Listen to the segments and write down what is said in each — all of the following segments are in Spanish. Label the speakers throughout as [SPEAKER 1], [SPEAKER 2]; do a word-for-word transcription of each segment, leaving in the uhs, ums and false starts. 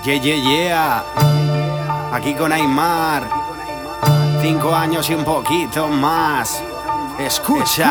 [SPEAKER 1] Yeah, yeah, yeah. Aquí con Aymar. Cinco años y un poquito más. Escucha.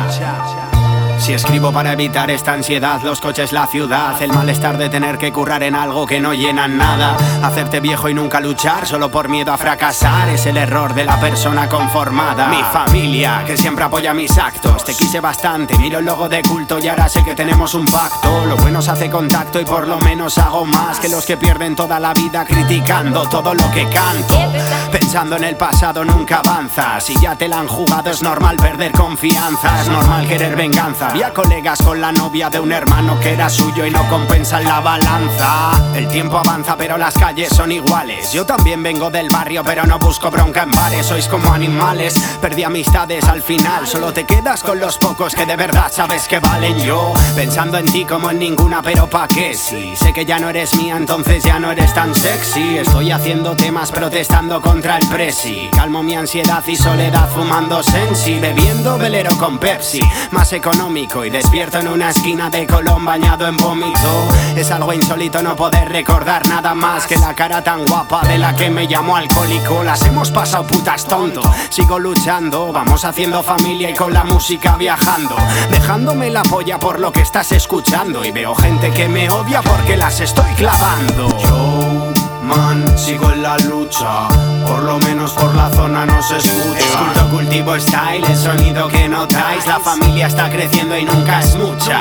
[SPEAKER 1] Si escribo para evitar esta ansiedad, los coches, la ciudad, el malestar de tener que currar en algo que no llena nada, hacerte viejo y nunca luchar solo por miedo a fracasar, es el error de la persona conformada. Mi familia, que siempre apoya mis actos, te quise bastante, miro el logo de culto y ahora sé que tenemos un pacto. Lo bueno se hace contacto y por lo menos hago más que los que pierden toda la vida criticando todo lo que canto. Pensando en el pasado nunca avanzas, si ya te la han jugado es normal perder confianza, es normal querer venganza. Había colegas con la novia de un hermano que era suyo y no compensan la balanza. El tiempo avanza pero las calles son iguales. Yo también vengo del barrio pero no busco bronca en bares. Sois como animales, perdí amistades al final. Solo te quedas con los pocos que de verdad sabes que valen. Yo pensando en ti como en ninguna, pero pa' qué si sé que ya no eres mía, entonces ya no eres tan sexy. Estoy haciendo temas protestando contra el presi. Calmo mi ansiedad y soledad fumando sensi, bebiendo velero con Pepsi, más económico, y despierto en una esquina de Colón bañado en vómito. Es algo insólito no poder recordar nada más que la cara tan guapa de la que me llamó alcohólico. Las hemos pasado putas tonto, sigo luchando, vamos haciendo familia y con la música viajando, dejándome la polla por lo que estás escuchando. Y veo gente que me odia porque las estoy clavando. Yo, man, sigo en la lucha, por lo menos por la zona no se escucha. Esculto, cultivo style, el sonido que notáis. La familia está creciendo y nunca es mucha.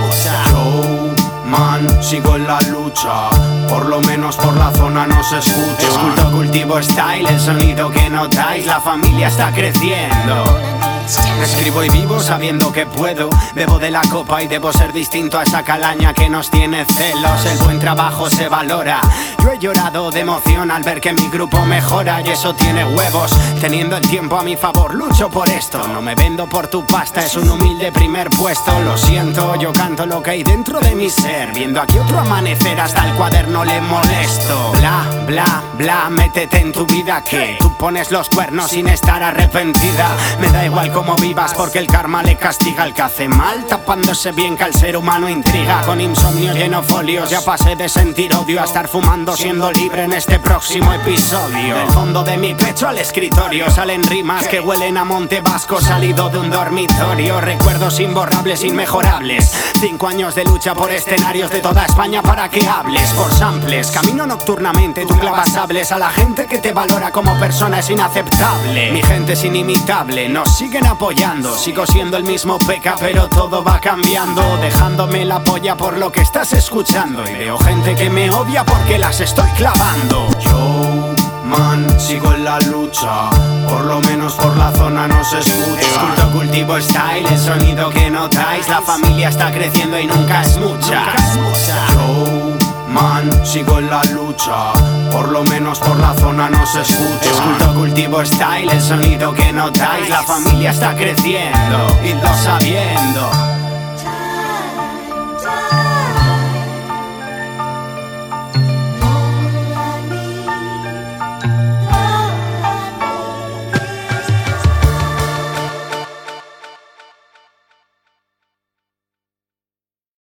[SPEAKER 1] Yo, man, sigo en la lucha, por lo menos por la zona no se escucha. Esculto, cultivo style, el sonido que notáis. La familia está creciendo. Escribo y vivo sabiendo que puedo, bebo de la copa y debo ser distinto a esa calaña que nos tiene celos. El buen trabajo se valora, yo he llorado de emoción al ver que mi grupo mejora y eso tiene huevos. Teniendo el tiempo a mi favor lucho por esto, no me vendo por tu pasta, es un humilde primer puesto. Lo siento, yo canto lo que hay dentro de mi ser, viendo aquí otro amanecer hasta el cuaderno le molesto. Bla, bla, bla, métete en tu vida que tú pones los cuernos sin estar arrepentida. Me da igual como vivas porque el karma le castiga al que hace mal, tapándose bien que al ser humano intriga. Con insomnio lleno folios ya pasé de sentir odio a estar fumando siendo libre en este próximo episodio. Del fondo de mi pecho al escritorio salen rimas que huelen a Monte Vasco salido de un dormitorio. Recuerdos imborrables, inmejorables, cinco años de lucha por escenarios de toda España para que hables. Por samples, camino nocturnamente, tú clavas sables. A la gente que te valora como persona es inaceptable. Mi gente es inimitable, nos siguen apoyando. Sigo siendo el mismo peca pero todo va cambiando, dejándome la polla por lo que estás escuchando. Y veo gente que me odia porque las estoy clavando. Yo, man, sigo en la lucha, por lo menos por la zona no se escucha. Esculto, cultivo style, el sonido que notáis. La familia está creciendo y nunca es mucha. Yo, man, sigo en la lucha, por lo menos por la zona no se escucha. Esculto, cultivo style, el sonido que notáis. La familia está creciendo, y lo sabiendo.